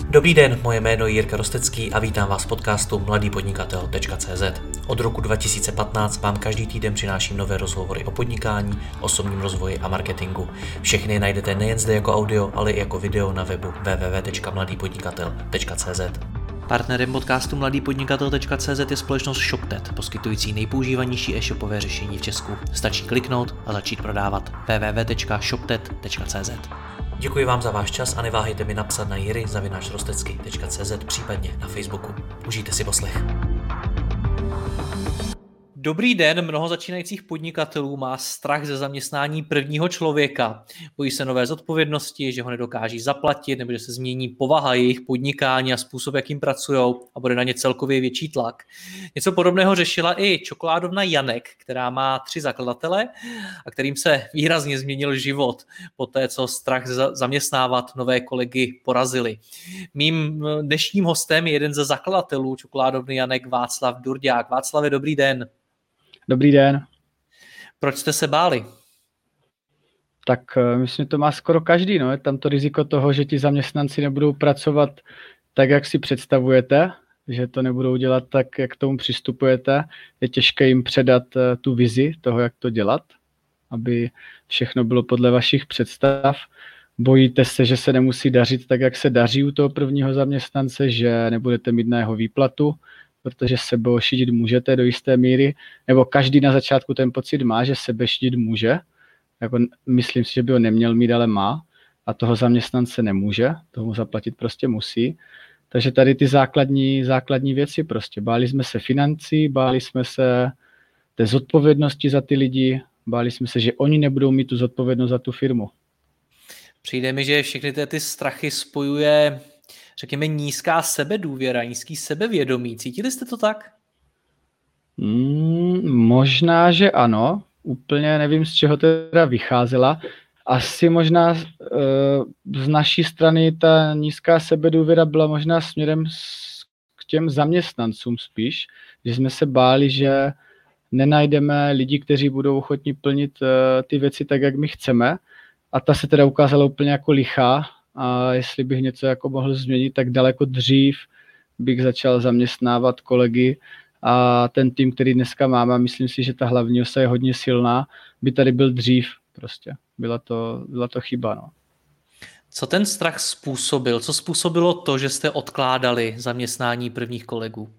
Dobrý den, moje jméno je Jirka Rostecký a vítám vás v podcastu mladýpodnikatel.cz. Od roku 2015 vám každý týden přináším nové rozhovory o podnikání, osobním rozvoji a marketingu. Všechny najdete nejen zde jako audio, ale i jako video na webu www.mladýpodnikatel.cz. Partnerem podcastu mladýpodnikatel.cz je společnost ShopTet, poskytující nejpoužívanější e-shopové řešení v Česku. Stačí kliknout a začít prodávat. www.shoptet.cz. Děkuji vám za váš čas a neváhejte mi napsat na jiry@rostecky.cz, případně na Facebooku. Užijte si poslech. Dobrý den, mnoho začínajících podnikatelů má strach ze zaměstnání prvního člověka. Bojí se nové zodpovědnosti, že ho nedokáží zaplatit, nebo že se změní povaha jejich podnikání a způsob, jakým pracují a bude na ně celkově větší tlak. Něco podobného řešila i čokoládovna Janek, která má 3 zakladatele a kterým se výrazně změnil život poté, co strach zaměstnávat nové kolegy porazili. Mým dnešním hostem je jeden ze zakladatelů čokoládovny Janek, Václav Durďák. Václave, dobrý den. Dobrý den. Proč jste se báli? Tak myslím, že to má skoro každý. No. Je tam to riziko toho, že ti zaměstnanci nebudou pracovat tak, jak si představujete, že to nebudou dělat tak, jak k tomu přistupujete. Je těžké jim předat tu vizi toho, jak to dělat, aby všechno bylo podle vašich představ. Bojíte se, že se nemusí dařit tak, jak se daří u toho prvního zaměstnance, že nebudete mít na jeho výplatu, protože sebeošidit můžete do jisté míry, nebo každý na začátku ten pocit má, že sebešidit může, jako myslím si, že by ho neměl mít, ale má, a toho zaměstnance nemůže, tomu zaplatit prostě musí. Takže tady ty základní věci prostě. Báli jsme se financí, báli jsme se té zodpovědnosti za ty lidi, báli jsme se, že oni nebudou mít tu zodpovědnost za tu firmu. Přijde mi, že všechny ty strachy spojuje, řekněme, nízká sebedůvěra, nízký sebevědomí. Cítili jste to tak? Možná, že ano. Úplně nevím, z čeho teda vycházela. Asi možná z naší strany ta nízká sebedůvěra byla možná směrem k těm zaměstnancům spíš, že jsme se báli, že nenajdeme lidi, kteří budou ochotní plnit ty věci tak, jak my chceme. A ta se teda ukázala úplně jako lichá. A jestli bych něco jako mohl změnit, tak daleko dřív bych začal zaměstnávat kolegy a ten tým, který dneska máme, a myslím si, že ta hlavní osa je hodně silná, by tady byl dřív prostě. Byla to chyba. No. Co ten strach způsobil? Co způsobilo to, že jste odkládali zaměstnání prvních kolegů?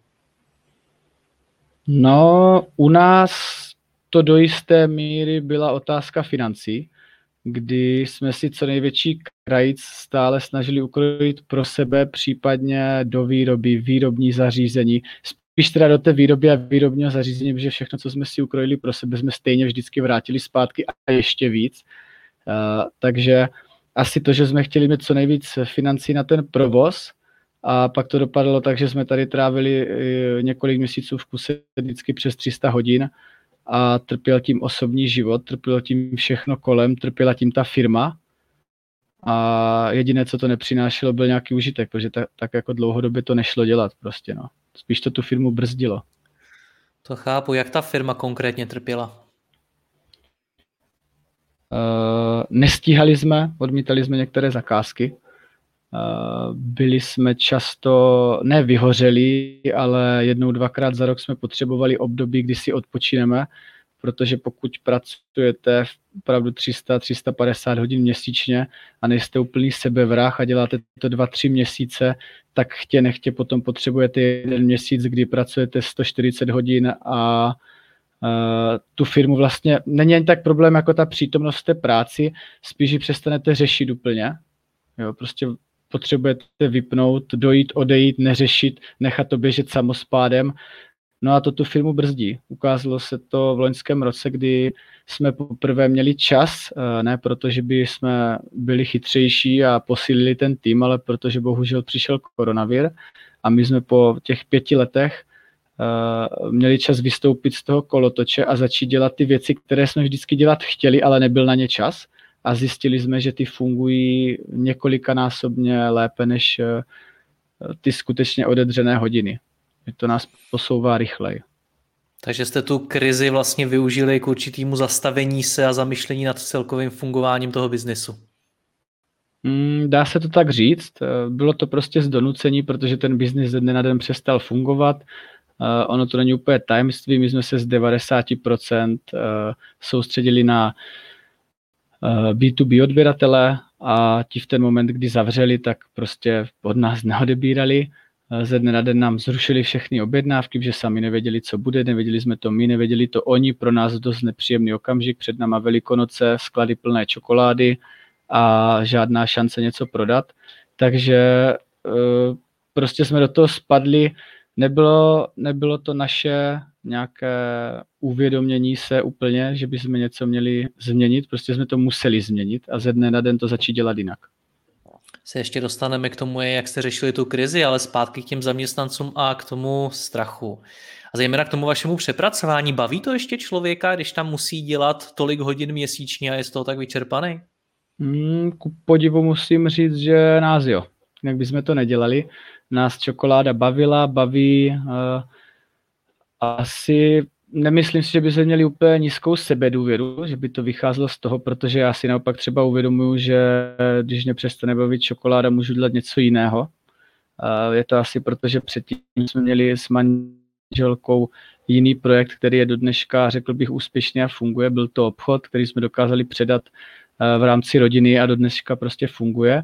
No, u nás to do jisté míry byla otázka financí, kdy jsme si co největší krajíc stále snažili ukrojit pro sebe, případně do výroby, výrobní zařízení, spíš teda do té výroby a výrobního zařízení, protože všechno, co jsme si ukrojili pro sebe, jsme stejně vždycky vrátili zpátky a ještě víc. Takže asi to, že jsme chtěli mít co nejvíc financí na ten provoz, a pak to dopadlo tak, že jsme tady trávili několik měsíců v kuse vždycky přes 300 hodin, a trpěl tím osobní život, trpělo tím všechno kolem, trpěla tím ta firma a jediné, co to nepřinášelo, byl nějaký užitek, protože tak jako dlouhodobě to nešlo dělat prostě, no. Spíš to tu firmu brzdilo. To chápu. Jak ta firma konkrétně trpěla? Nestíhali jsme, odmítali jsme některé zakázky. Byli jsme často nevyhořeli, ale 1-2krát za rok jsme potřebovali období, kdy si odpočineme, protože pokud pracujete opravdu 300-350 hodin měsíčně a nejste úplný sebevrah a děláte to 2-3 měsíce, tak chtě nechtě potom potřebujete 1 měsíc, kdy pracujete 140 hodin a tu firmu vlastně není ani tak problém jako ta přítomnost v té práci, spíš ji přestanete řešit úplně. Jo, prostě potřebujete vypnout, dojít, odejít, neřešit, nechat to běžet samospádem. No a to tu firmu brzdí. Ukázalo se to v loňském roce, kdy jsme poprvé měli čas, ne proto, že by jsme byli chytřejší a posílili ten tým, ale protože bohužel přišel koronavir a my jsme po těch 5 letech měli čas vystoupit z toho kolotoče a začít dělat ty věci, které jsme vždycky dělat chtěli, ale nebyl na ně čas. A zjistili jsme, že ty fungují několikanásobně lépe než ty skutečně odedřené hodiny. To nás posouvá rychleji. Takže jste tu krizi vlastně využili k určitému zastavení se a zamyšlení nad celkovým fungováním toho biznesu. Dá se to tak říct. Bylo to prostě z donucení, protože ten biznis ze dne na den přestal fungovat. Ono to není úplně tajemství, my jsme se z 90% soustředili na B2B odběratele a ti v ten moment, kdy zavřeli, tak prostě od nás neodebírali. Ze dne na den nám zrušili všechny objednávky, že sami nevěděli, co bude, nevěděli jsme to my, nevěděli to oni, pro nás dost nepříjemný okamžik, před náma Velikonoce, sklady plné čokolády a žádná šance něco prodat. Takže prostě jsme do toho spadli, nebylo to naše nějaké uvědomění se úplně, že bychom něco měli změnit, prostě jsme to museli změnit a ze dne na den to začít dělat jinak. Se ještě dostaneme k tomu, jak jste řešili tu krizi, ale zpátky k těm zaměstnancům a k tomu strachu. A zejména k tomu vašemu přepracování. Baví to ještě člověka, když tam musí dělat tolik hodin měsíčně a je z toho tak vyčerpaný? Ku podivu musím říct, že nás jo. Jak bychom to nedělali. Nás čokoláda baví. Asi nemyslím si, že by se měli úplně nízkou sebedůvěru, že by to vycházelo z toho, protože já si naopak třeba uvědomuji, že když mě přestane bavit čokoláda, můžu dělat něco jiného. Je to asi proto, že předtím jsme měli s manželkou jiný projekt, který je do dneška, řekl bych, úspěšný a funguje. Byl to obchod, který jsme dokázali předat v rámci rodiny a do dneška prostě funguje.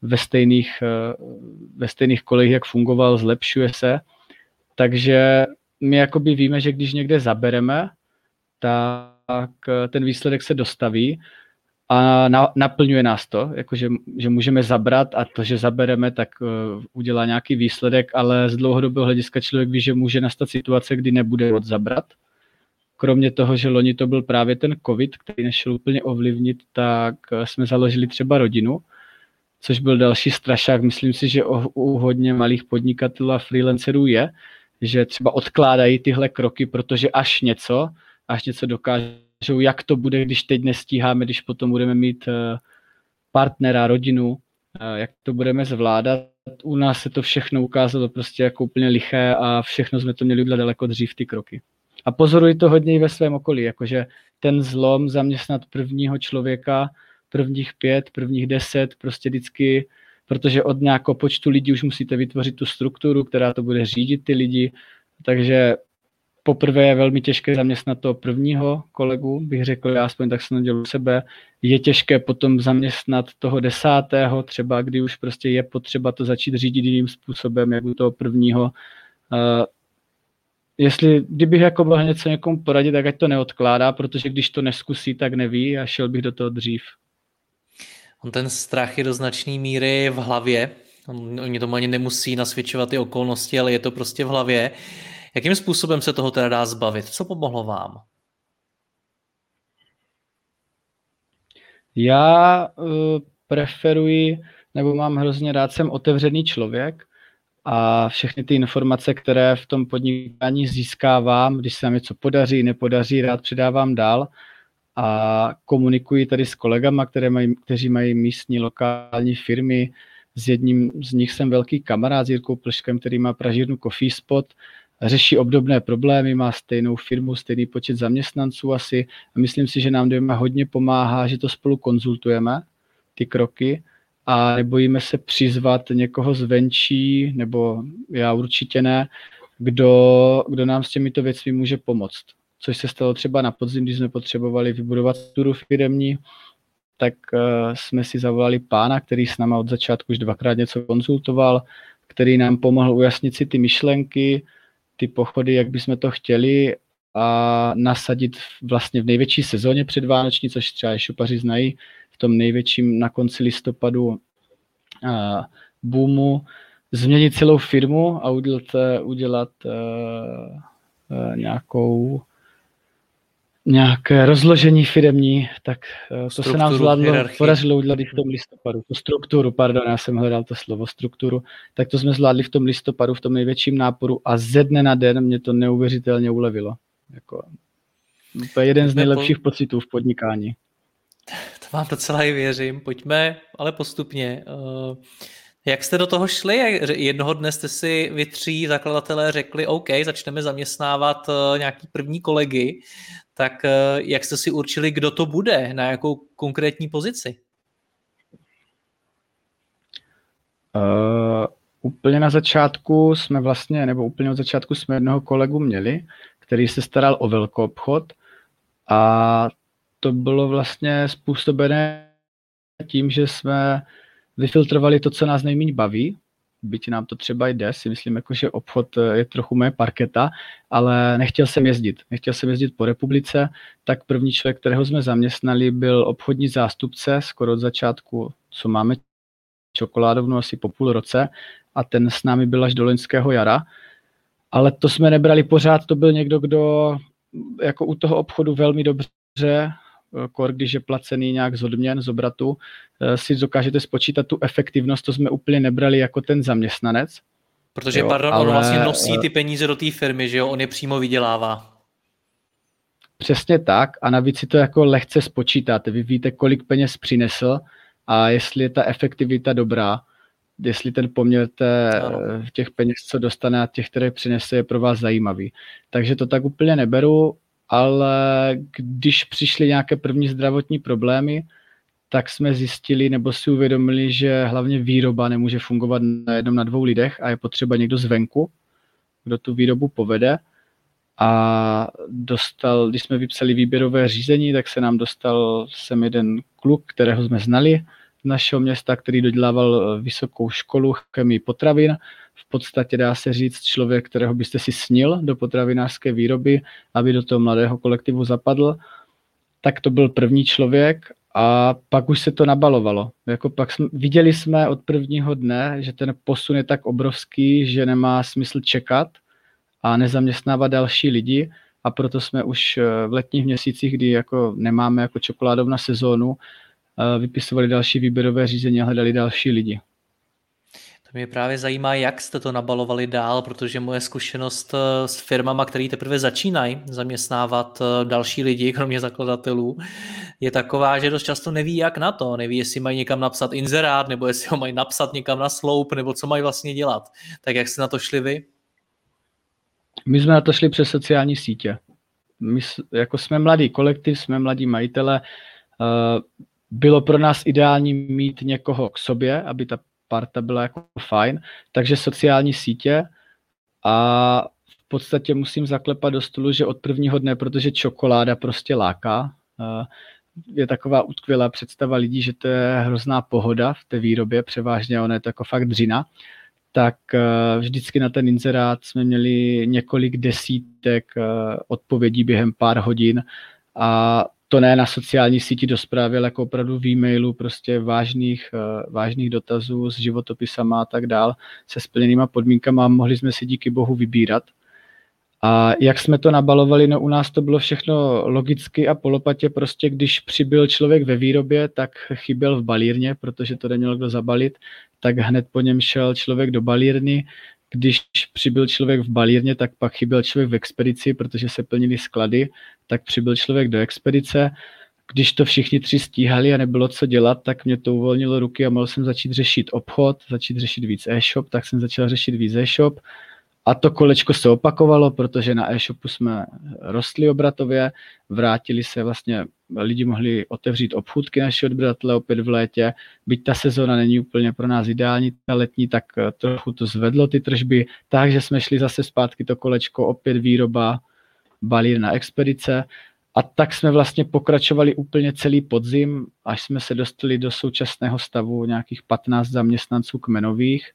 Ve stejných kolejích, jak fungoval, zlepšuje se. Takže my jakoby víme, že když někde zabereme, tak ten výsledek se dostaví a naplňuje nás to, jakože že můžeme zabrat a to, že zabereme, tak udělá nějaký výsledek, ale z dlouhodobého hlediska člověk ví, že může nastat situace, kdy nebude moc zabrat. Kromě toho, že loni to byl právě ten covid, který nešel úplně ovlivnit, tak jsme založili třeba rodinu, což byl další strašák. Myslím si, že u hodně malých podnikatelů a freelancerů je, že třeba odkládají tyhle kroky, protože až něco dokážou, jak to bude, když teď nestíháme, když potom budeme mít partnera, rodinu, jak to budeme zvládat. U nás se to všechno ukázalo prostě jako úplně liché a všechno jsme to měli udělat daleko dřív ty kroky. A pozoruji to hodně i ve svém okolí, jakože ten zlom zaměstnat prvního člověka, prvních 5, prvních 10, prostě vždycky, protože od nějakého počtu lidí už musíte vytvořit tu strukturu, která to bude řídit ty lidi, takže poprvé je velmi těžké zaměstnat toho prvního kolegu, bych řekl, já aspoň tak jsem dělal u sebe, je těžké potom zaměstnat toho 10. třeba, kdy už prostě je potřeba to začít řídit jiným způsobem, jak u toho prvního. Kdybych jako mohl něco někomu poradit, tak ať to neodkládá, protože když to neskusí, tak neví a šel bych do toho dřív. Ten strach je do značné míry v hlavě. Oni tomu ani nemusí nasvědčovat ty okolnosti, ale je to prostě v hlavě. Jakým způsobem se toho teda dá zbavit? Co pomohlo vám? Já preferuji, nebo mám hrozně rád, jsem otevřený člověk a všechny ty informace, které v tom podnikání získávám, když se nám něco podaří, nepodaří, rád předávám dál a komunikuji tady s kolegama, kteří mají místní lokální firmy. S jedním z nich jsem velký kamarád s Jirkou Plškem, který má pražírnu Coffee Spot, řeší obdobné problémy, má stejnou firmu, stejný počet zaměstnanců asi a myslím si, že nám dvěma hodně pomáhá, že to spolu konzultujeme, ty kroky a nebojíme se přizvat někoho zvenčí, nebo já určitě ne, kdo nám s těmito věcmi může pomoct. Což se stalo třeba na podzim, když jsme potřebovali vybudovat strukturu firemní, tak jsme si zavolali pána, který s náma od začátku už 2krát něco konzultoval, který nám pomohl ujasnit si ty myšlenky, ty pochody, jak bychom to chtěli a nasadit vlastně v největší sezóně předvánoční, což třeba e-shopaři znají, v tom největším na konci listopadu boomu, změnit celou firmu a udělat nějaké rozložení firemní, tak to se nám podařilo udělat i v tom listopadu. Tu strukturu, pardon, já jsem hledal to slovo strukturu, tak to jsme zvládli v tom listopadu, v tom největším náporu a ze dne na den mě to neuvěřitelně ulevilo. To je jeden z nejlepších pocitů v podnikání. To vám docela i věřím. Pojďme, ale postupně. Jak jste do toho šli? Jednoho dne jste si vy 3 zakladatelé řekli, OK, začneme zaměstnávat nějaký první kolegy, tak jak jste si určili, kdo to bude, na jakou konkrétní pozici? Úplně na začátku jsme vlastně, nebo úplně od začátku jsme jednoho kolegu měli, který se staral o velkoobchod a to bylo vlastně způsobené tím, že jsme vyfiltrovali to, co nás nejméně baví, byť nám to třeba jde, si myslím, jako, že obchod je trochu moje parketa, ale nechtěl jsem jezdit po republice, tak první člověk, kterého jsme zaměstnali, byl obchodní zástupce skoro od začátku, co máme čokoládovnu asi po půl roce a ten s námi byl až do loňského jara, ale to jsme nebrali pořád, to byl někdo, kdo jako u toho obchodu velmi dobře, když je placený nějak z odměn, z obratu, si dokážete spočítat tu efektivnost, to jsme úplně nebrali jako ten zaměstnanec. Protože, jo, pardon, ale on vlastně nosí ty peníze do té firmy, že jo, on je přímo vydělává. Přesně tak a navíc si to jako lehce spočítáte, vy víte, kolik peněz přinesl a jestli je ta efektivita dobrá, jestli ten poměr těch peněz, co dostane a těch, které přinese, je pro vás zajímavý. Takže to tak úplně neberu, ale když přišly nějaké první zdravotní problémy, tak jsme zjistili nebo si uvědomili, že hlavně výroba nemůže fungovat na jednom, na dvou lidech a je potřeba někdo zvenku, kdo tu výrobu povede. A když jsme vypsali výběrové řízení, tak se nám dostal sem jeden kluk, kterého jsme znali z našeho města, který dodělával vysokou školu chemii potravin. V podstatě dá se říct člověk, kterého byste si snil do potravinářské výroby, aby do toho mladého kolektivu zapadl. Tak to byl první člověk a pak už se to nabalovalo. Viděli jsme od prvního dne, že ten posun je tak obrovský, že nemá smysl čekat a nezaměstnávat další lidi a proto jsme už v letních měsících, kdy jako nemáme jako čokoládovna sezónu, vypisovali další výběrové řízení a hledali další lidi. To mě právě zajímá, jak jste to nabalovali dál, protože moje zkušenost s firmama, které teprve začínají zaměstnávat další lidi, kromě zakladatelů, je taková, že dost často neví, jak na to. Neví, jestli mají někam napsat inzerát, nebo jestli ho mají napsat někam na sloup, nebo co mají vlastně dělat. Tak jak jste na to šli vy? My jsme na to šli přes sociální sítě. My jako jsme mladý kolektiv, jsme mladí majitele. Bylo pro nás ideální mít někoho k sobě, aby ta parta byla jako fajn, takže sociální sítě a v podstatě musím zaklepat do stolu, že od prvního dne, protože čokoláda prostě láká, je taková utkvělá představa lidí, že to je hrozná pohoda v té výrobě, převážně ono je to jako fakt dřina, tak vždycky na ten inzerát jsme měli několik desítek odpovědí během pár hodin a to ne na sociální síti do zprávy, ale jako opravdu v e-mailu prostě vážných dotazů s životopisama a tak dál, se splněnýma podmínkama a mohli jsme si díky bohu vybírat. A jak jsme to nabalovali, no u nás to bylo všechno logicky a polopatě, prostě když přibyl člověk ve výrobě, tak chyběl v balírně, protože to neměl kdo zabalit, tak hned po něm šel člověk do balírny. Když přibyl člověk v balírně, tak pak chyběl člověk v expedici, protože se plnily sklady, tak přibyl člověk do expedice. Když to všichni tři stíhali a nebylo co dělat, tak mě to uvolnilo ruky a mohl jsem začít řešit obchod, začít řešit víc e-shop, tak jsem začal řešit víc e-shop. A to kolečko se opakovalo, protože na e-shopu jsme rostli obratově, vrátili se vlastně, lidi mohli otevřít obchůdky naši odběratele opět v létě, byť ta sezona není úplně pro nás ideální, ta letní, tak trochu to zvedlo ty tržby, takže jsme šli zase zpátky to kolečko, opět výroba, balírna, expedice a tak jsme vlastně pokračovali úplně celý podzim, až jsme se dostali do současného stavu nějakých 15 zaměstnanců kmenových,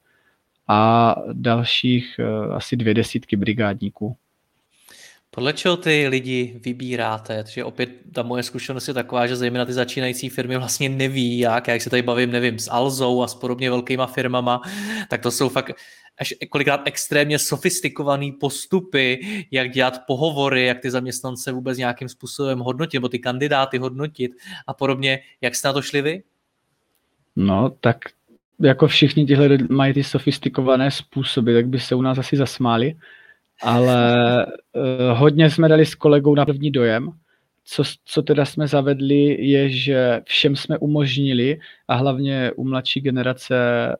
a dalších asi 200 brigádníků. Podle čeho ty lidi vybíráte? Takže opět ta moje zkušenost je taková, že zejména ty začínající firmy vlastně neví, jak se tady bavím, nevím, s Alzou a s podobně velkýma firmama, tak to jsou fakt až kolikrát extrémně sofistikované postupy, jak dělat pohovory, jak ty zaměstnance vůbec nějakým způsobem hodnotit, nebo ty kandidáty hodnotit a podobně. Jak jste na to šli vy? No, tak jako všichni tihle mají ty sofistikované způsoby, tak by se u nás asi zasmáli, ale hodně jsme dali s kolegou na první dojem. Co teda jsme zavedli, je, že všem jsme umožnili a hlavně u mladší generace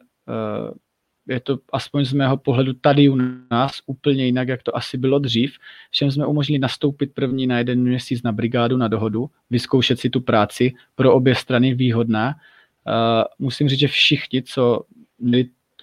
je to aspoň z mého pohledu tady u nás úplně jinak, jak to asi bylo dřív. Všem jsme umožnili nastoupit první na 1 měsíc na brigádu, na dohodu, vyzkoušet si tu práci, pro obě strany výhodná. Musím říct, že všichni, co měli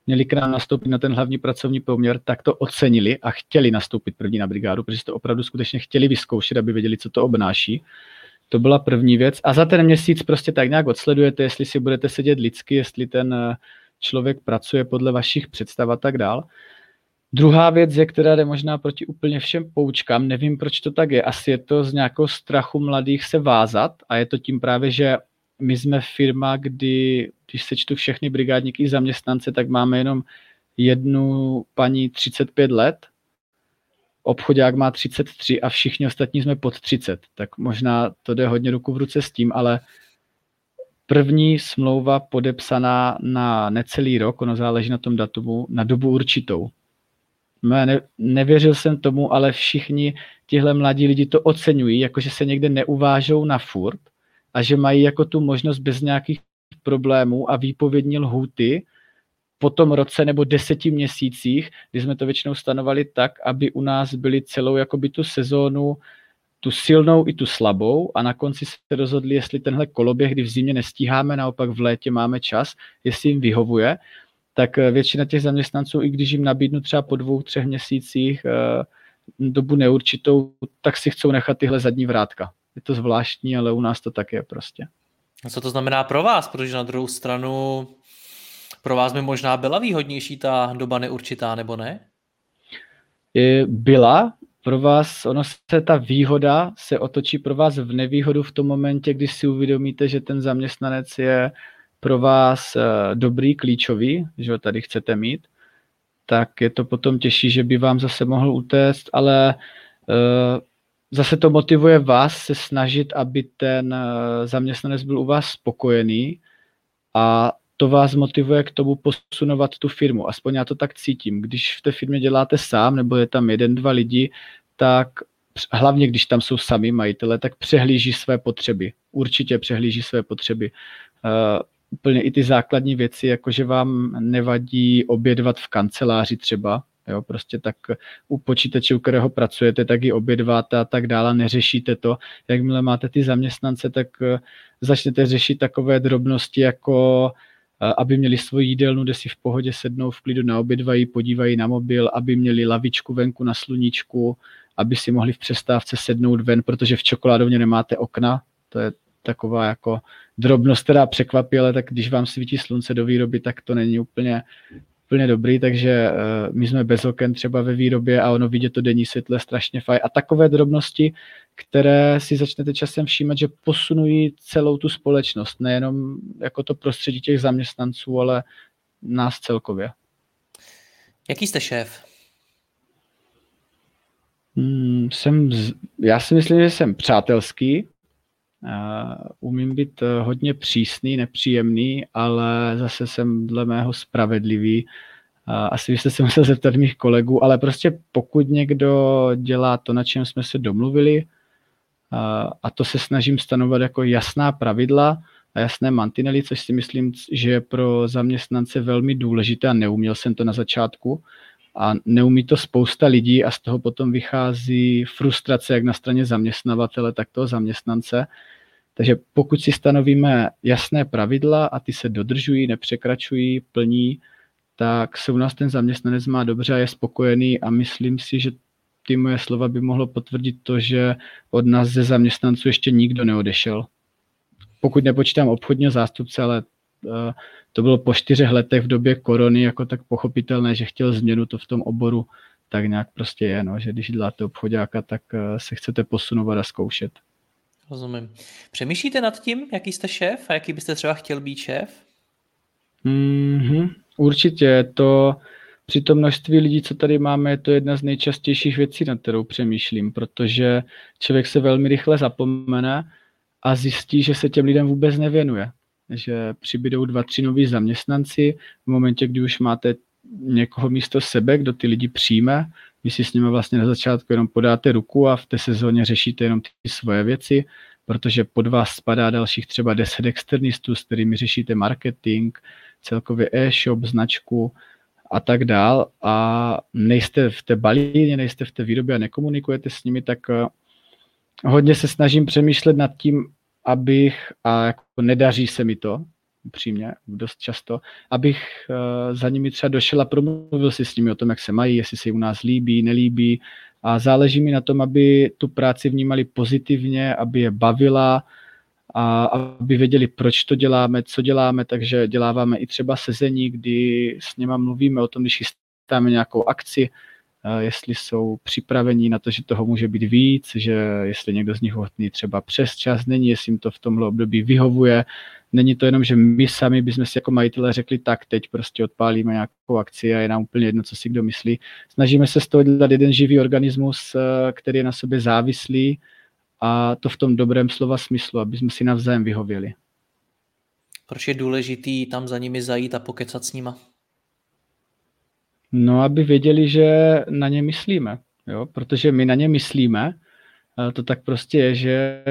měli k nám nastoupit na ten hlavní pracovní poměr, tak to ocenili a chtěli nastoupit první na brigádu, protože to opravdu skutečně chtěli vyzkoušet, aby věděli, co to obnáší. To byla první věc. A za ten měsíc prostě tak nějak odsledujete, jestli si budete sedět lidsky, jestli ten člověk pracuje podle vašich představ a tak dál. Druhá věc je, která jde možná proti úplně všem poučkám, nevím, proč to tak je, asi je to z nějakého strachu mladých se vázat a je to tím právě, že my jsme firma, když sečtu všechny brigádníky zaměstnance, tak máme jenom jednu paní 35 let, obchodák má 33 a všichni ostatní jsme pod 30, tak možná to jde hodně ruku v ruce s tím, ale první smlouva podepsaná na necelý rok, ono záleží na tom datumu, na dobu určitou. Nevěřil jsem tomu, ale všichni tihle mladí lidi to oceňují, jakože se někde neuvážou na furt a že mají jako tu možnost bez nějakých problémů a výpovědní lhůty po tom roce nebo 10 měsících, kdy jsme to většinou stanovali tak, aby u nás byli celou jakoby tu sezónu, tu silnou i tu slabou a na konci se rozhodli, jestli tenhle koloběh, kdy v zimě nestíháme, naopak v létě máme čas, jestli jim vyhovuje, tak většina těch zaměstnanců, i když jim nabídnu třeba po 2-3 měsících dobu neurčitou, tak si chcou nechat tyhle zadní vrátka. Je to zvláštní, ale u nás to tak je prostě. A co to znamená pro vás? Protože na druhou stranu pro vás by možná byla výhodnější ta doba neurčitá, nebo ne? Byla. Pro vás, ta výhoda se otočí pro vás v nevýhodu v tom momentě, když si uvědomíte, že ten zaměstnanec je pro vás dobrý, klíčový, že ho tady chcete mít, tak je to potom těžší, že by vám zase mohl utéct, ale zase to motivuje vás se snažit, aby ten zaměstnanec byl u vás spokojený a to vás motivuje k tomu posunovat tu firmu. Aspoň já to tak cítím. Když v té firmě děláte sám, nebo je tam 1-2 lidi, tak hlavně když tam jsou sami majitele, tak přehlíží své potřeby. Určitě přehlíží své potřeby. Úplně i ty základní věci, jakože vám nevadí obědvat v kanceláři třeba, jo, prostě tak u počítače, u kterého pracujete, tak i obědváte a tak dále, neřešíte to. Jakmile máte ty zaměstnance, tak začnete řešit takové drobnosti, jako aby měli svoji jídelnu, kde si v pohodě sednou, v klidu naobědvají, podívají na mobil, aby měli lavičku venku na sluníčku, aby si mohli v přestávce sednout ven, protože v čokoládovně nemáte okna. To je taková jako drobnost, která překvapí, ale tak když vám svítí slunce do výroby, tak to není úplně dobrý, takže my jsme bez oken třeba ve výrobě a ono vidět to denní světle je strašně fajn. A takové drobnosti, které si začnete časem všímat, že posunují celou tu společnost, nejenom jako to prostředí těch zaměstnanců, ale nás celkově. Jaký jste šéf? Já si myslím, že jsem přátelský, umím být hodně přísný, nepříjemný, ale zase jsem dle mého spravedlivý. Asi byste se musel zeptat mých kolegů, ale prostě pokud někdo dělá to, na čem jsme se domluvili, a to se snažím stanovat jako jasná pravidla a jasné mantinely, což si myslím, že je pro zaměstnance velmi důležité a neuměl jsem to na začátku a neumí to spousta lidí a z toho potom vychází frustrace jak na straně zaměstnavatele, tak toho zaměstnance. Takže pokud si stanovíme jasné pravidla a ty se dodržují, nepřekračují, plní, tak se u nás ten zaměstnanec má dobře a je spokojený a myslím si, že ty moje slova by mohlo potvrdit to, že od nás ze zaměstnanců ještě nikdo neodešel. Pokud nepočítám obchodního zástupce, ale to bylo po 4 letech v době korony jako tak pochopitelné, že chtěl změnu, to v tom oboru tak nějak prostě je, no, že když děláte obchodáka, tak se chcete posunovat a zkoušet. Rozumím. Přemýšlíte nad tím, jaký jste šéf a jaký byste třeba chtěl být šéf? Určitě. To při tom množství lidí, co tady máme, je to jedna z nejčastějších věcí, nad kterou přemýšlím, protože člověk se velmi rychle zapomene a zjistí, že se těm lidem vůbec nevěnuje. Že přibydou 2-3 noví zaměstnanci v momentě, kdy už máte někoho místo sebe, kdo ty lidi přijme, vy si s nimi vlastně na začátku jenom podáte ruku a v té sezóně řešíte jenom ty svoje věci, protože pod vás spadá dalších třeba 10 externistů, s kterými řešíte marketing, celkově e-shop, značku a tak dál a nejste v té balíně, nejste v té výrobě a nekomunikujete s nimi, tak hodně se snažím přemýšlet nad tím, a jako nedaří se mi to, upřímně, dost často, abych za nimi třeba došel a promluvil si s nimi o tom, jak se mají, jestli se jim u nás líbí, nelíbí. A záleží mi na tom, aby tu práci vnímali pozitivně, aby je bavila a aby věděli, proč to děláme, co děláme, takže děláváme i třeba sezení, kdy s nima mluvíme o tom, když chystáme nějakou akci, jestli jsou připravení na to, že toho může být víc, že jestli někdo z nich hodný třeba přes čas není, jestli jim to v tomhle období vyhovuje. Není to jenom, že my sami bychom si jako majitelé řekli, tak teď prostě odpálíme nějakou akci a je nám úplně jedno, co si kdo myslí. Snažíme se z toho dělat jeden živý organismus, který je na sobě závislý, a to v tom dobrém slova smyslu, aby jsme si navzájem vyhověli. Proč je důležitý tam za nimi zajít a pokecat s nima? No, aby věděli, že na ně myslíme, jo? Protože my na ně myslíme, to tak prostě je, že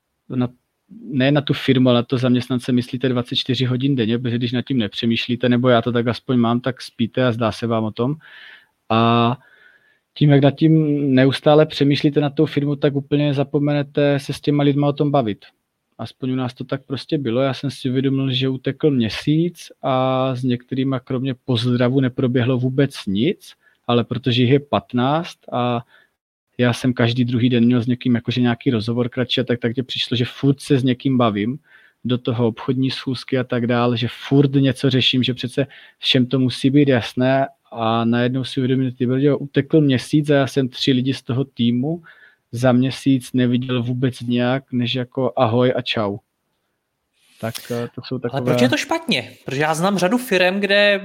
ne na tu firmu, ale na to zaměstnance myslíte 24 hodin denně, protože když nad tím nepřemýšlíte, nebo já to tak aspoň mám, tak spíte a zdá se vám o tom. A tím, jak nad tím neustále přemýšlíte na tou firmu, tak úplně zapomenete se s těma lidma o tom bavit. Aspoň u nás to tak prostě bylo. Já jsem si uvědomil, že utekl měsíc a s některýma kromě pozdravu neproběhlo vůbec nic, ale protože jich je 15 a já jsem každý druhý den měl s někým jakože nějaký rozhovor kratší, tak tě přišlo, že furt se s někým bavím, do toho obchodní schůzky a tak dále, že furt něco řeším, že přece všem to musí být jasné a najednou si uvědomil, že utekl měsíc a já jsem 3 lidi z toho týmu za měsíc neviděl vůbec nějak, než jako ahoj a čau. Tak to jsou takové... Ale proč je to špatně? Protože já znám řadu firem, kde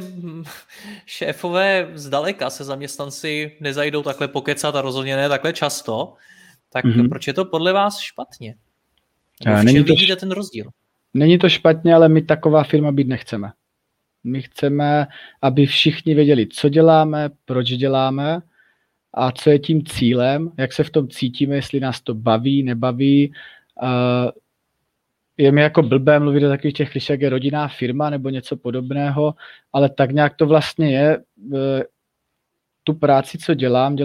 šéfové zdaleka se zaměstnanci nezajdou takhle pokecat a rozhodně ne takhle často. Tak proč je to podle vás špatně? V čem vidíte ten rozdíl? Není to špatně, ale my taková firma být nechceme. My chceme, aby všichni věděli, co děláme, proč děláme a co je tím cílem, jak se v tom cítíme, jestli nás to baví, nebaví. Je mi jako blbé mluvit o takových těch kliších, jak je rodinná firma nebo něco podobného, ale tak nějak to vlastně je. Tu práci, co dělám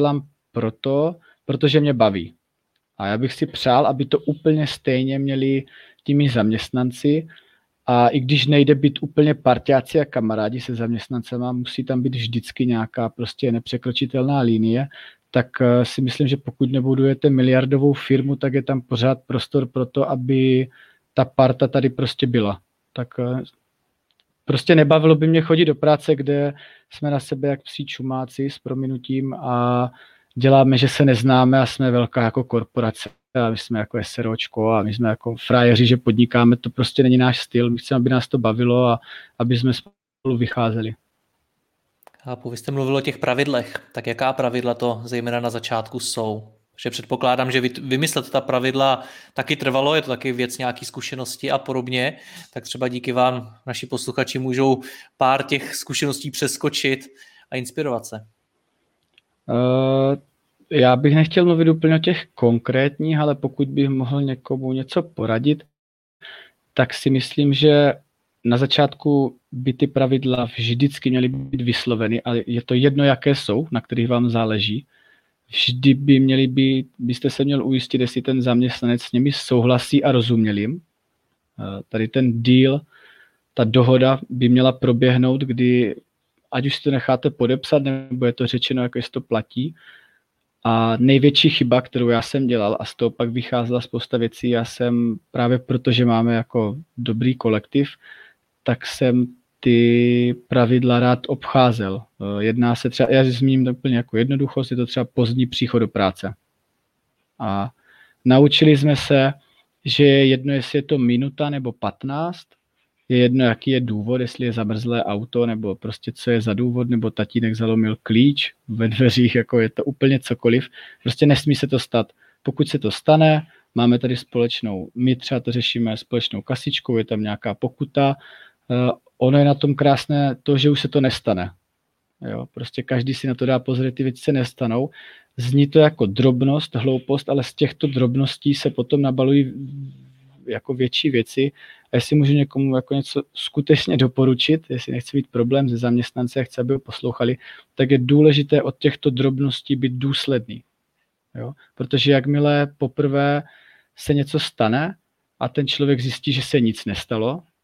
protože mě baví. A já bych si přál, aby to úplně stejně měli těmi zaměstnanci. A i když nejde být úplně parťáci a kamarádi se zaměstnancema, musí tam být vždycky nějaká prostě nepřekročitelná linie, tak si myslím, že pokud nebudujete miliardovou firmu, tak je tam pořád prostor pro to, aby ta parta tady prostě byla. Tak prostě nebavilo by mě chodit do práce, kde jsme na sebe jak psí čumáci s prominutím a děláme, že se neznáme a jsme velká jako korporace a my jsme jako SROčko a my jsme jako frajeři, že podnikáme, to prostě není náš styl. My chceme, aby nás to bavilo a aby jsme spolu vycházeli. Chápu, vy jste mluvil o těch pravidlech. Tak jaká pravidla to zejména na začátku jsou? Že předpokládám, že vymyslet ta pravidla taky trvalo, je to taky věc nějaký zkušenosti a podobně, tak třeba díky vám naši posluchači můžou pár těch zkušeností přeskočit a inspirovat se. Já bych nechtěl mluvit úplně o těch konkrétních, ale pokud bych mohl někomu něco poradit, tak si myslím, že na začátku by ty pravidla vždycky měly být vysloveny, ale je to jedno, jaké jsou, na kterých vám záleží. Vždy byste se měl ujistit, jestli ten zaměstnanec s nimi souhlasí a rozuměl jim. Tady ten deal, ta dohoda by měla proběhnout, kdy ať už si to necháte podepsat, nebo je to řečeno, jako jestli to platí. A největší chyba, kterou já jsem dělal, a z toho pak vycházela spousta věcí, já jsem právě protože máme jako dobrý kolektiv, tak jsem ty pravidla rád obcházel. Jedná se třeba, já zmíním to úplně jako jednoduchost, je to třeba pozdní příchod do práce. A naučili jsme se, že je jedno, jestli je to minuta nebo 15, je jedno, jaký je důvod, jestli je zamrzlé auto, nebo prostě co je za důvod, nebo tatínek zalomil klíč ve dveřích, jako je to úplně cokoliv. Prostě nesmí se to stát. Pokud se to stane, máme tady společnou, my třeba to řešíme společnou kasičkou, je tam nějaká pokuta. Ono je na tom krásné to, že už se to nestane. Jo, prostě každý si na to dá pozor, ty věci se nestanou. Zní to jako drobnost, hloupost, ale z těchto drobností se potom nabalují jako větší věci. A jestli můžu někomu jako něco skutečně doporučit, jestli nechce mít problém se zaměstnance a chce, aby ho poslouchali, tak je důležité od těchto drobností být důsledný. Jo? Protože jakmile poprvé se něco stane a ten člověk zjistí, že se nic nestalo,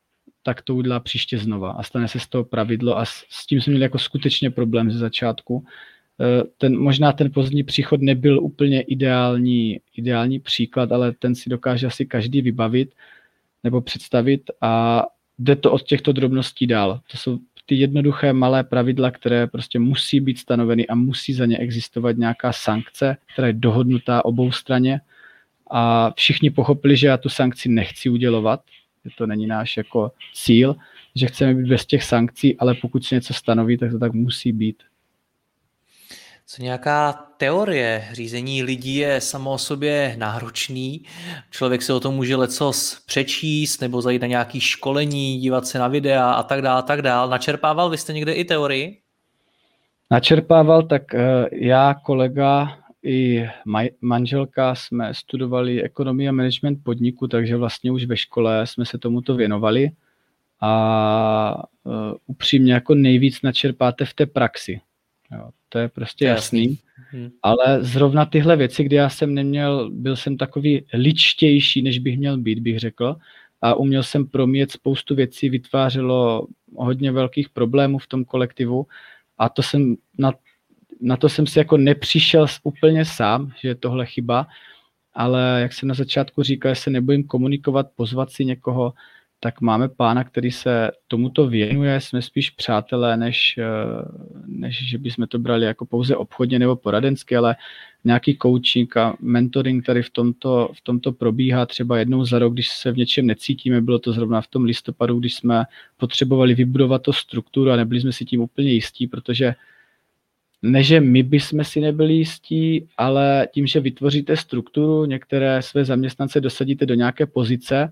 tak to udělá příště znova a stane se z toho pravidlo a s tím jsme měli jako skutečně problém ze začátku. Možná ten pozdní příchod nebyl úplně ideální příklad, ale ten si dokáže asi každý vybavit nebo představit a jde to od těchto drobností dál. To jsou ty jednoduché malé pravidla, které prostě musí být stanoveny a musí za ně existovat nějaká sankce, která je dohodnutá obou straně a všichni pochopili, že já tu sankci nechci udělovat, že to není náš jako cíl, že chceme být bez těch sankcí, ale pokud se něco stanoví, tak to tak musí být. Co nějaká teorie řízení lidí je samo o sobě náročný. Člověk se o tom může lecos přečíst nebo zajít na nějaké školení, dívat se na videa a tak dále, tak dále. Načerpával vy jste někde i teorii? Načerpával, tak já, kolega i manželka jsme studovali ekonomii a management podniku, takže vlastně už ve škole jsme se tomuto věnovali a upřímně jako nejvíc načerpáte v té praxi. Jo, to je prostě jasný. Ale zrovna tyhle věci, kdy já jsem byl jsem takový ličtější, než bych měl být, bych řekl, a uměl jsem promíjet spoustu věcí, vytvářelo hodně velkých problémů v tom kolektivu a na to jsem si jako nepřišel úplně sám, že je tohle chyba, ale jak jsem na začátku říkal, že se nebojím komunikovat, pozvat si někoho, tak máme pána, který se tomuto věnuje, jsme spíš přátelé, než že bychom to brali jako pouze obchodně nebo poradensky, ale nějaký coaching a mentoring tady v tomto probíhá třeba jednou za rok, když se v něčem necítíme, bylo to zrovna v tom listopadu, když jsme potřebovali vybudovat tu strukturu a nebyli jsme si tím úplně jistí, protože ne, že my bychom si nebyli jistí, ale tím, že vytvoříte strukturu, některé své zaměstnance dosadíte do nějaké pozice,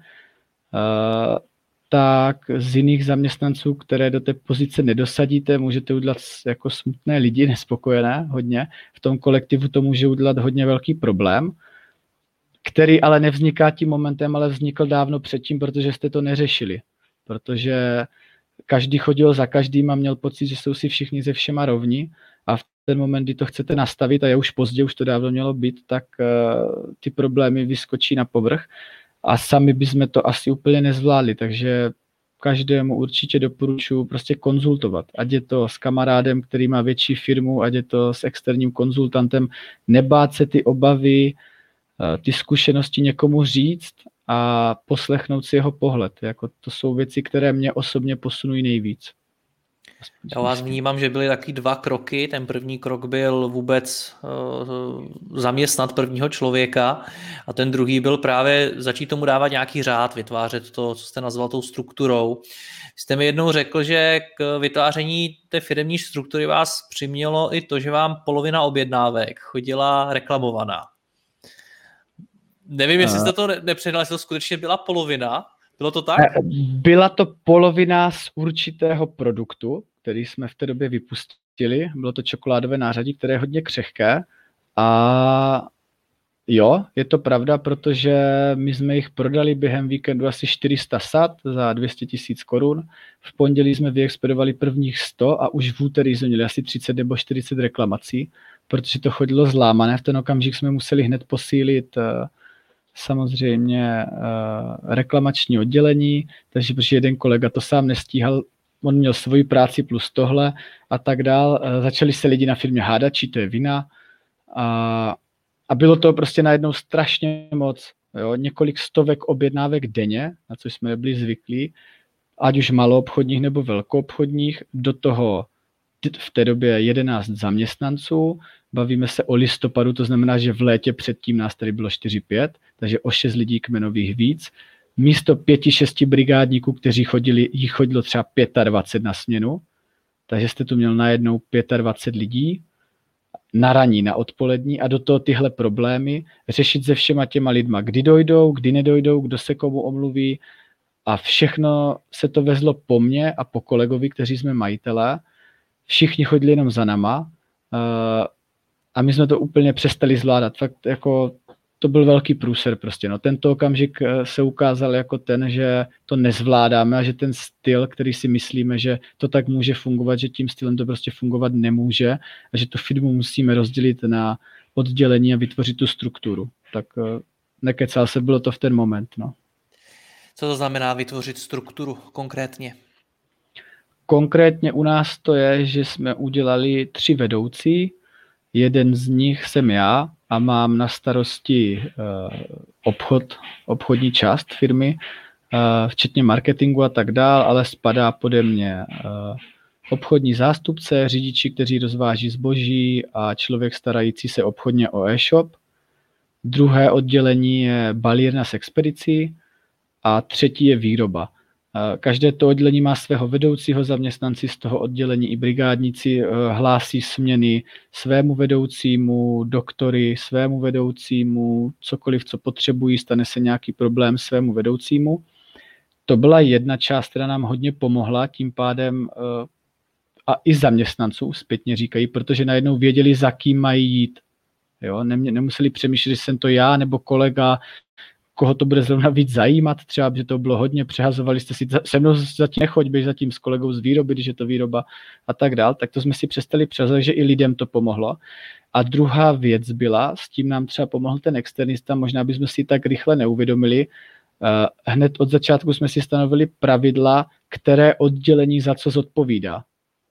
tak z jiných zaměstnanců, které do té pozice nedosadíte, můžete udělat jako smutné lidi, nespokojené hodně. V tom kolektivu to může udělat hodně velký problém, který ale nevzniká tím momentem, ale vznikl dávno předtím, protože jste to neřešili. Protože každý chodil za každým a měl pocit, že jsou si všichni ze všema rovni a v ten moment, kdy to chcete nastavit a je už pozdě, už to dávno mělo být, tak ty problémy vyskočí na povrch. A sami bychom to asi úplně nezvládli, takže každému určitě doporučuji prostě konzultovat. Ať je to s kamarádem, který má větší firmu, ať je to s externím konzultantem, nebát se ty obavy, ty zkušenosti někomu říct a poslechnout si jeho pohled. Jako to jsou věci, které mě osobně posunují nejvíc. Já vás vnímám, že byly taky 2 kroky. Ten první krok byl vůbec zaměstnat prvního člověka a ten druhý byl právě začít tomu dávat nějaký řád, vytvářet to, co jste nazval tou strukturou. Jste mi jednou řekl, že k vytváření té firemní struktury vás přimělo i to, že vám polovina objednávek chodila reklamovaná. Nevím, jestli jste to nepředal, jestli to skutečně byla polovina. Bylo to tak? Byla to polovina z určitého produktu, který jsme v té době vypustili. Bylo to čokoládové nářadí, které je hodně křehké. A jo, je to pravda, protože my jsme jich prodali během víkendu asi 400 sad za 200 000 korun. V pondělí jsme vyexpedovali prvních 100 a už v úterý jsme měli asi 30 nebo 40 reklamací, protože to chodilo zlámané. V ten okamžik jsme museli hned posílit samozřejmě reklamační oddělení, takže protože jeden kolega to sám nestíhal, on měl svoji práci plus tohle a tak dál. Začali se lidi na firmě hádat, či to je vina a bylo to prostě najednou strašně moc. Jo? Několik stovek objednávek denně, na což jsme nebyli zvyklí, ať už maloobchodních nebo velkoobchodních, do toho v té době 11 zaměstnanců, bavíme se o listopadu, to znamená, že v létě předtím nás tady bylo 4-5, takže o 6 lidí kmenových víc. Místo 5-6 brigádníků, kteří chodili, jich chodilo třeba 25 na směnu, takže jste tu měl najednou 25 lidí na ranní, na odpolední a do toho tyhle problémy řešit se všema těma lidma, kdy dojdou, kdy nedojdou, kdo se komu omluví a všechno se to vezlo po mně a po kolegovi, kteří jsme majitelé. Všichni chodili jenom za nama a my jsme to úplně přestali zvládat. Fakt jako to byl velký průser prostě. No. Tento okamžik se ukázal jako ten, že to nezvládáme a že ten styl, který si myslíme, že to tak může fungovat, že tím stylem to prostě fungovat nemůže a že tu firmu musíme rozdělit na oddělení a vytvořit tu strukturu. Tak nekecal se, bylo to v ten moment. No. Co to znamená vytvořit strukturu konkrétně? Konkrétně u nás to je, že jsme udělali 3 vedoucí. Jeden z nich jsem já a mám na starosti obchodní část firmy, včetně marketingu a tak dál, ale spadá pode mě obchodní zástupce, řidiči, kteří rozváží zboží a člověk starající se obchodně o e-shop. Druhé oddělení je balírna s expedicí a třetí je výroba. Každé to oddělení má svého vedoucího, zaměstnanci z toho oddělení i brigádníci hlásí směny svému vedoucímu, doktory svému vedoucímu, cokoliv, co potřebují, stane se nějaký problém svému vedoucímu. To byla jedna část, která nám hodně pomohla, tím pádem a i zaměstnanců zpětně říkají, protože najednou věděli, za kým mají jít. Jo? Nemuseli přemýšlet, že jsem to já nebo kolega, koho to bude zrovna víc zajímat, třeba, že to bylo hodně, přehazovali jste si, se mnou zatím nechoď, běž zatím s kolegou z výroby, když je to výroba a tak dál, tak to jsme si přestali přehazovat, že i lidem to pomohlo. A druhá věc byla, s tím nám třeba pomohl ten externista, možná bychom si tak rychle neuvědomili, hned od začátku jsme si stanovili pravidla, které oddělení za co zodpovídá.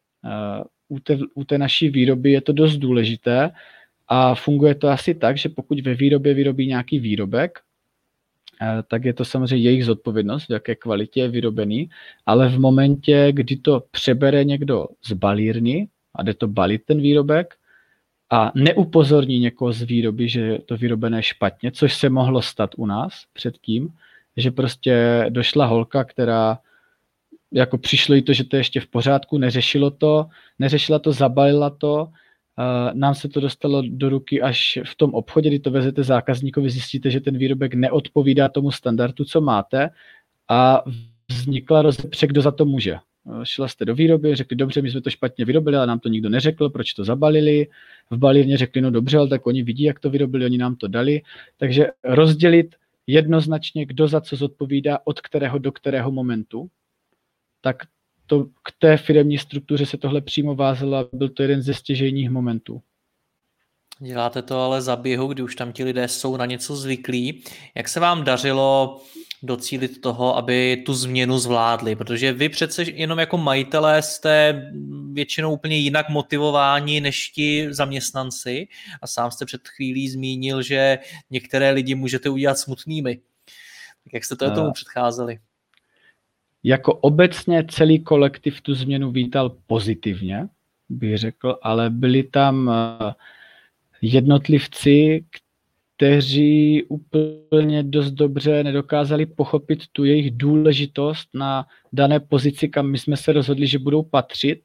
U té naší výroby je to dost důležité a funguje to asi tak, že pokud ve výrobě vyrobí nějaký výrobek, tak je to samozřejmě jejich zodpovědnost, v jaké kvalitě je vyrobený, ale v momentě, kdy to přebere někdo z balírny a jde to balit ten výrobek a neupozorní někoho z výroby, že je to vyrobené špatně, což se mohlo stát u nás předtím, že prostě došla holka, která jako přišlo jí to, že to je ještě v pořádku, neřešila to, zabalila to, nám se to dostalo do ruky až v tom obchodě, kdy to vezete zákazníkovi, zjistíte, že ten výrobek neodpovídá tomu standardu, co máte a vznikla rozepře, kdo za to může. Šla jste do výroby, řekli, dobře, my jsme to špatně vyrobili, ale nám to nikdo neřekl, proč to zabalili. V balírně řekli, no dobře, ale tak oni vidí, jak to vyrobili, oni nám to dali. Takže rozdělit jednoznačně, kdo za co zodpovídá, od kterého do kterého momentu, tak to k té firemní struktuře se tohle přímo vázelo a byl to jeden ze stěžejních momentů. Děláte to ale za běhu, kdy už tam ti lidé jsou na něco zvyklí. Jak se vám dařilo docílit toho, aby tu změnu zvládli? Protože vy přece jenom jako majitelé jste většinou úplně jinak motivováni než ti zaměstnanci a sám jste před chvílí zmínil, že některé lidi můžete udělat smutnými. Tak jak jste tomu předcházeli? Jako obecně celý kolektiv tu změnu vítal pozitivně, bych řekl, ale byli tam jednotlivci, kteří úplně dost dobře nedokázali pochopit tu jejich důležitost na dané pozici, kam my jsme se rozhodli, že budou patřit.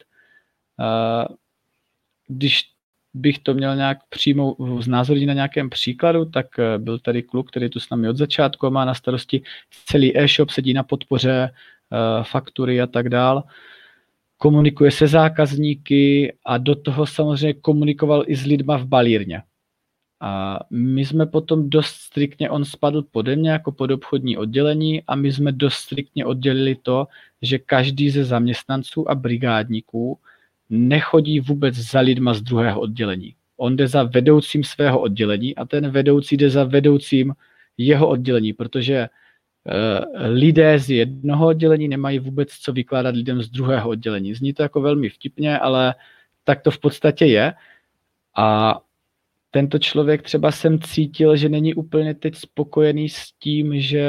Když bych to měl nějak přímo znázornit na nějakém příkladu, tak byl tady kluk, který tu s námi od začátku má na starosti celý e-shop, sedí na podpoře, faktury a tak dál. Komunikuje se zákazníky a do toho samozřejmě komunikoval i s lidma v balírně. A my jsme potom dost striktně, on spadl pode mě jako pod obchodní oddělení a my jsme dost striktně oddělili to, že každý ze zaměstnanců a brigádníků nechodí vůbec za lidma z druhého oddělení. On jde za vedoucím svého oddělení a ten vedoucí jde za vedoucím jeho oddělení, protože lidé z jednoho oddělení nemají vůbec co vykládat lidem z druhého oddělení. Zní to jako velmi vtipně, ale tak to v podstatě je. A tento člověk třeba jsem cítil, že není úplně teď spokojený s tím, že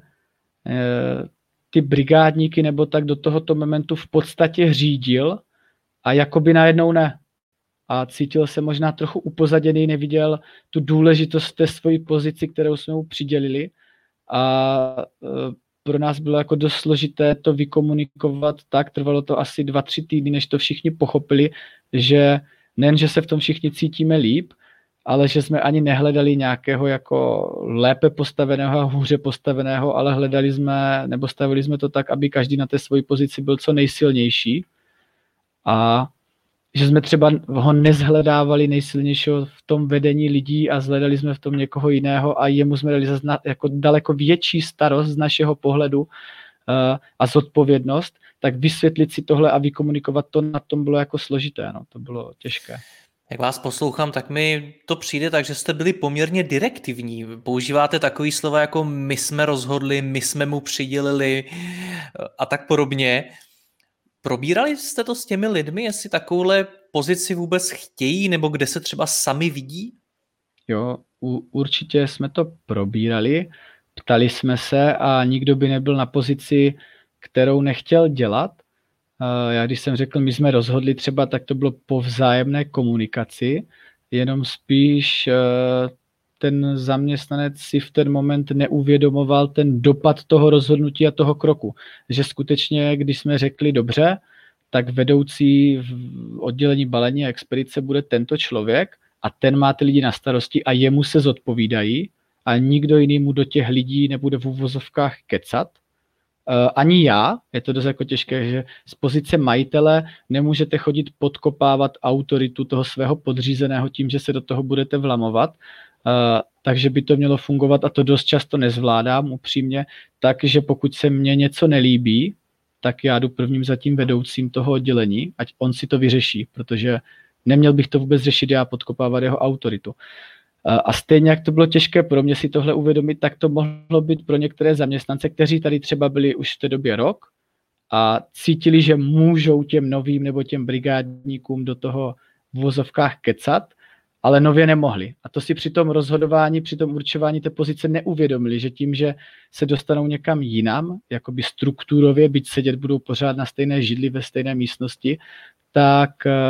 ty brigádníky nebo tak do tohoto momentu v podstatě řídil a jakoby najednou ne. A cítil se možná trochu upozaděný, neviděl tu důležitost té svojí pozici, kterou jsme mu přidělili. A pro nás bylo jako dost složité to vykomunikovat tak, trvalo to asi 2-3 týdny, než to všichni pochopili, že nejen, že se v tom všichni cítíme líp, ale že jsme ani nehledali nějakého jako lépe postaveného a hůře postaveného, ale hledali jsme, nebo stavili jsme to tak, aby každý na té své pozici byl co nejsilnější a že jsme třeba ho nezhledávali nejsilnějšího v tom vedení lidí a zhledali jsme v tom někoho jiného a jemu jsme dali jako daleko větší starost z našeho pohledu a zodpovědnost, tak vysvětlit si tohle a vykomunikovat to na tom bylo jako složité, no, to bylo těžké. Jak vás poslouchám, tak mi to přijde tak, že jste byli poměrně direktivní. Používáte takový slova jako my jsme rozhodli, my jsme mu přidělili a tak podobně. Probírali jste to s těmi lidmi, jestli takovouhle pozici vůbec chtějí, nebo kde se třeba sami vidí? Jo, určitě jsme to probírali, ptali jsme se a nikdo by nebyl na pozici, kterou nechtěl dělat. Já když jsem řekl, my jsme rozhodli třeba, tak to bylo po vzájemné komunikaci, jenom spíš ten zaměstnanec si v ten moment neuvědomoval ten dopad toho rozhodnutí a toho kroku. Že skutečně, když jsme řekli dobře, tak vedoucí v oddělení balení a expedice bude tento člověk a ten má ty lidi na starosti a jemu se zodpovídají a nikdo jiný mu do těch lidí nebude v uvozovkách kecat. Ani já, je to dost jako těžké, že z pozice majitele nemůžete chodit podkopávat autoritu toho svého podřízeného tím, že se do toho budete vlamovat, takže by to mělo fungovat a to dost často nezvládám upřímně, takže pokud se mně něco nelíbí, tak já jdu prvním za tím vedoucím toho oddělení, ať on si to vyřeší, protože neměl bych to vůbec řešit já, podkopávat jeho autoritu. A stejně, jak to bylo těžké pro mě si tohle uvědomit, tak to mohlo být pro některé zaměstnance, kteří tady třeba byli už v té době rok a cítili, že můžou těm novým nebo těm brigádníkům do toho v vozovkách kecat, ale nově nemohli. A to si při tom rozhodování, při tom určování té pozice neuvědomili, že tím, že se dostanou někam jinam, jakoby strukturově, byť sedět budou pořád na stejné židli ve stejné místnosti, tak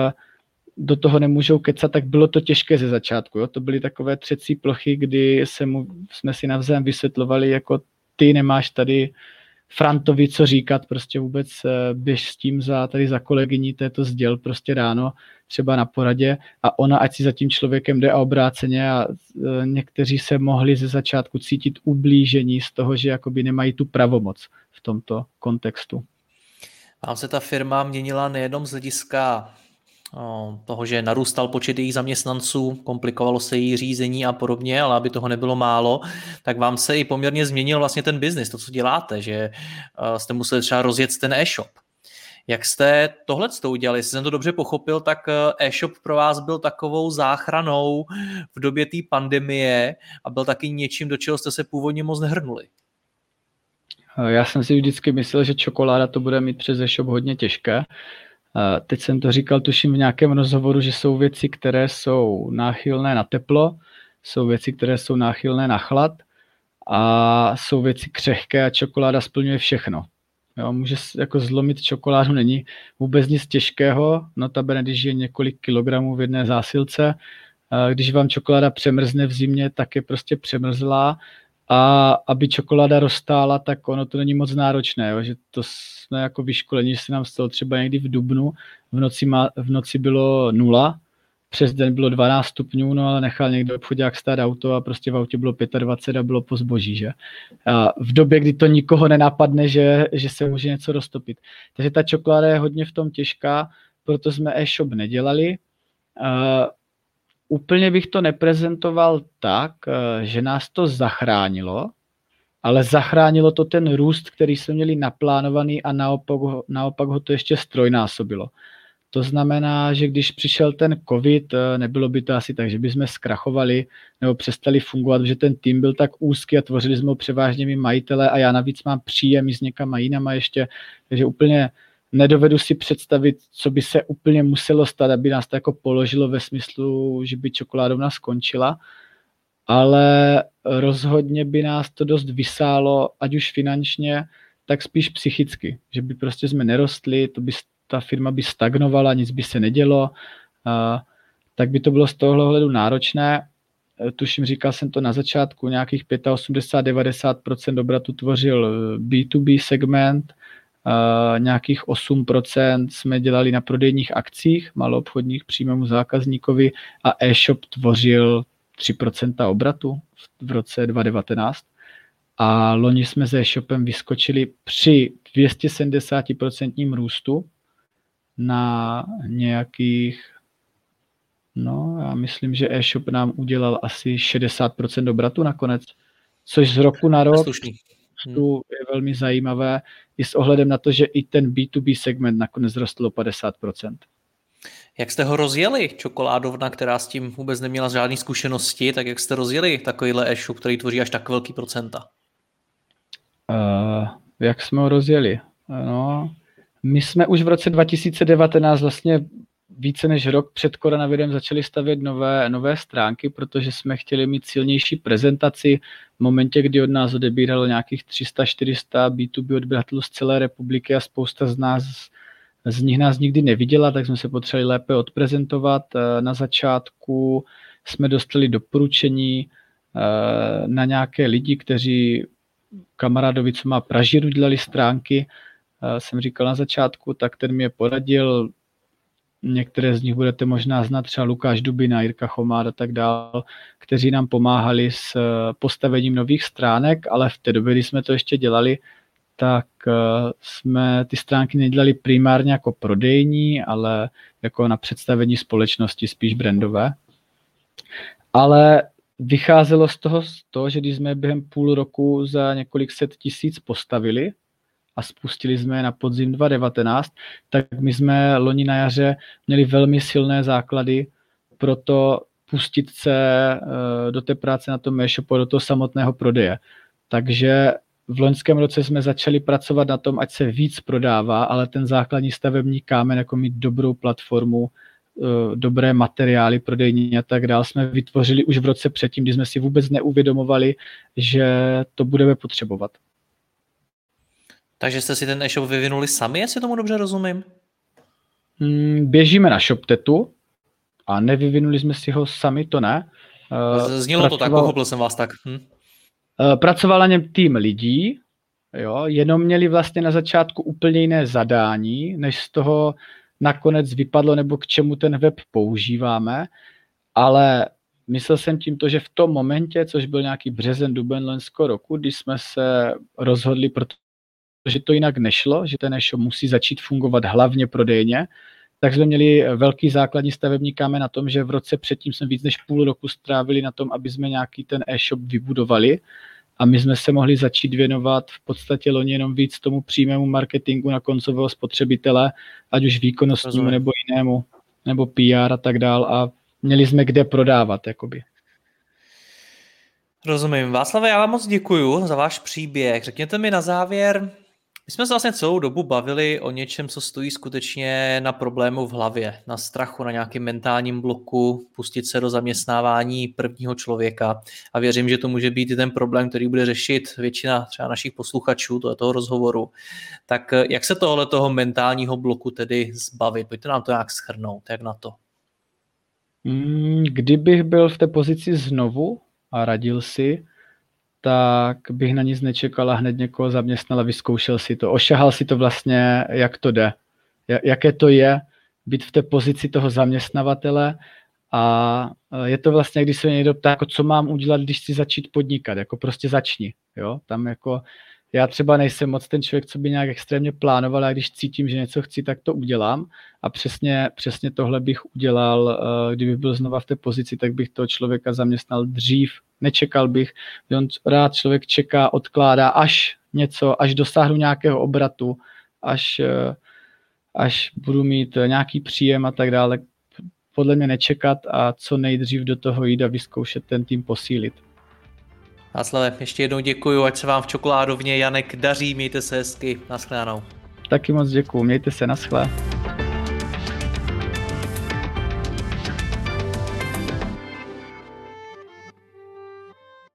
do toho nemůžou kecat, tak bylo to těžké ze začátku. Jo? To byly takové třecí plochy, kdy jsme si navzájem vysvětlovali, jako ty nemáš tady Frantovi co říkat, prostě vůbec běž s tím za kolegyní, této sděl prostě ráno, třeba na poradě a ona, ať si za tím člověkem jde a obráceně a někteří se mohli ze začátku cítit ublížení z toho, že jakoby nemají tu pravomoc v tomto kontextu. Vám se ta firma měnila nejenom z hlediska toho, že narůstal počet jejich zaměstnanců, komplikovalo se její řízení a podobně, ale aby toho nebylo málo, tak vám se i poměrně změnil vlastně ten biznis, to, co děláte, že jste museli třeba rozjet ten e-shop. Jak jste tohle udělali? Jestli jsem to dobře pochopil, tak e-shop pro vás byl takovou záchranou v době té pandemie a byl taky něčím, do čeho jste se původně moc nehrnuli. Já jsem si vždycky myslel, že čokoláda to bude mít přes e-shop hodně těžké. Teď jsem to říkal, tuším v nějakém rozhovoru, že jsou věci, které jsou náchylné na teplo, jsou věci, které jsou náchylné na chlad a jsou věci křehké a čokoláda splňuje všechno. Jo, může jako zlomit čokoládu, není vůbec nic těžkého, notabene, když je několik kilogramů v jedné zásilce. Když vám čokoláda přemrzne v zimě, tak je prostě přemrzlá a aby čokoláda roztála, tak ono to není moc náročné, jo? Že to jsme jako vyškolení, že se nám stalo třeba někdy v dubnu, v noci bylo 0, přes den bylo 12 stupňů, no ale nechal někdo obchodák stát auto a prostě v autě bylo 25 a bylo po zboží, že? A v době, kdy to nikoho nenapadne, že se může něco roztopit. Takže ta čokoláda je hodně v tom těžká, proto jsme e-shop nedělali. Úplně bych to neprezentoval tak, že nás to zachránilo, ale zachránilo to ten růst, který jsme měli naplánovaný a naopak ho to ještě strojnásobilo. To znamená, že když přišel ten covid, nebylo by to asi tak, že bychom zkrachovali nebo přestali fungovat, protože ten tým byl tak úzký a tvořili jsme ho převážně my majitele a já navíc mám příjem s někama jinama ještě, takže úplně nedovedu si představit, co by se úplně muselo stát, aby nás to jako položilo ve smyslu, že by čokoládovna skončila, ale rozhodně by nás to dost vysálo, ať už finančně, tak spíš psychicky, že by prostě jsme nerostli, ta firma by stagnovala, nic by se nedělo, tak by to bylo z tohohle ohledu náročné. Tuším, říkal jsem to na začátku, nějakých 85-90% obratu tvořil B2B segment, nějakých 8% jsme dělali na prodejních akcích, maloobchodních přímému zákazníkovi a e-shop tvořil 3% obratu v roce 2019. A loni jsme se e-shopem vyskočili při 270% růstu na nějakých, já myslím, že e-shop nám udělal asi 60% obratu nakonec, což z roku na rok je velmi zajímavé i s ohledem na to, že i ten B2B segment nakonec rostl o 50%. Jak jste ho rozjeli, čokoládovna, která s tím vůbec neměla žádné zkušenosti, tak jak jste rozjeli takovýhle e-shop, který tvoří až tak velký procenta? Jak jsme ho rozjeli? No, my jsme už v roce 2019 vlastně více než rok před koronavirem začali stavět nové stránky, protože jsme chtěli mít silnější prezentaci. V momentě, kdy od nás odebíralo nějakých 300-400 B2B odběratelů z celé republiky a spousta z nich nás nikdy neviděla, tak jsme se potřebovali lépe odprezentovat. Na začátku jsme dostali doporučení na nějaké lidi, kteří kamarádovi, co má Pražíru, dělali stránky, jsem říkal na začátku, tak ten mi je poradil. Některé z nich budete možná znát, třeba Lukáš Dubina, Jirka Chomád a tak dál, kteří nám pomáhali s postavením nových stránek, ale v té době, kdy jsme to ještě dělali, tak jsme ty stránky nedělali primárně jako prodejní, ale jako na představení společnosti, spíš brandové. Ale vycházelo z toho, že když jsme během půl roku za několik set tisíc postavili a spustili jsme je na podzim 2019, tak my jsme loni na jaře měli velmi silné základy pro to pustit se do té práce na tom e-shopu, do toho samotného prodeje. Takže v loňském roce jsme začali pracovat na tom, ať se víc prodává, ale ten základní stavební kámen, jako mít dobrou platformu, dobré materiály prodejní a tak dál, jsme vytvořili už v roce předtím, kdy jsme si vůbec neuvědomovali, že to budeme potřebovat. Takže jste si ten e-shop vyvinuli sami, jestli tomu dobře rozumím? Běžíme na ShopTetu a nevyvinuli jsme si ho sami, to ne. Znělo to tak, pochopil jsem vás tak. Pracoval na něm tým lidí, jo, jenom měli vlastně na začátku úplně jiné zadání, než z toho nakonec vypadlo, nebo k čemu ten web používáme, ale myslel jsem tím to, že v tom momentě, což byl nějaký březen, duben loňského roku, když jsme se rozhodli, protože to jinak nešlo, že ten e-shop musí začít fungovat hlavně prodejně, tak jsme měli velký základní stavební kámen na tom, že v roce předtím jsme víc než půl roku strávili na tom, aby jsme nějaký ten e-shop vybudovali a my jsme se mohli začít věnovat v podstatě loni jenom víc tomu přímému marketingu na koncového spotřebitele, ať už výkonnostnímu nebo jinému, nebo PR a tak dál a měli jsme kde prodávat, jakoby. Rozumím. Václave, já vám moc děkuju za váš příběh. Řekněte mi na závěr, my jsme se vlastně celou dobu bavili o něčem, co stojí skutečně na problému v hlavě, na strachu, na nějakém mentálním bloku, pustit se do zaměstnávání prvního člověka a věřím, že to může být i ten problém, který bude řešit většina třeba našich posluchačů toho rozhovoru. Tak jak se toho mentálního bloku tedy zbavit? Pojďte nám to nějak shrnout, jak na to? Kdybych byl v té pozici znovu a radil si, tak bych na nic nečekal a hned někoho zaměstnal a vyzkoušel si to. Ošahal si to vlastně, jak to jde. Jaké to je být v té pozici toho zaměstnavatele a je to vlastně, když se mě někdo ptá, jako co mám udělat, když chci začít podnikat, jako prostě začni. Jo? Tam jako, já třeba nejsem moc ten člověk, co by nějak extrémně plánoval, a když cítím, že něco chci, tak to udělám a přesně tohle bych udělal, kdybych byl znova v té pozici, tak bych toho člověka zaměstnal dřív, nečekal bych, on rád člověk čeká, odkládá až dosáhnu nějakého obratu, až budu mít nějaký příjem a tak dále. Podle mě nečekat a co nejdřív do toho jít a vyzkoušet ten tým posílit. Václave, ještě jednou děkuju, ať se vám v čokoládovně Janek daří, mějte se hezky, naschledanou. Taky moc děkuju, mějte se, naschle.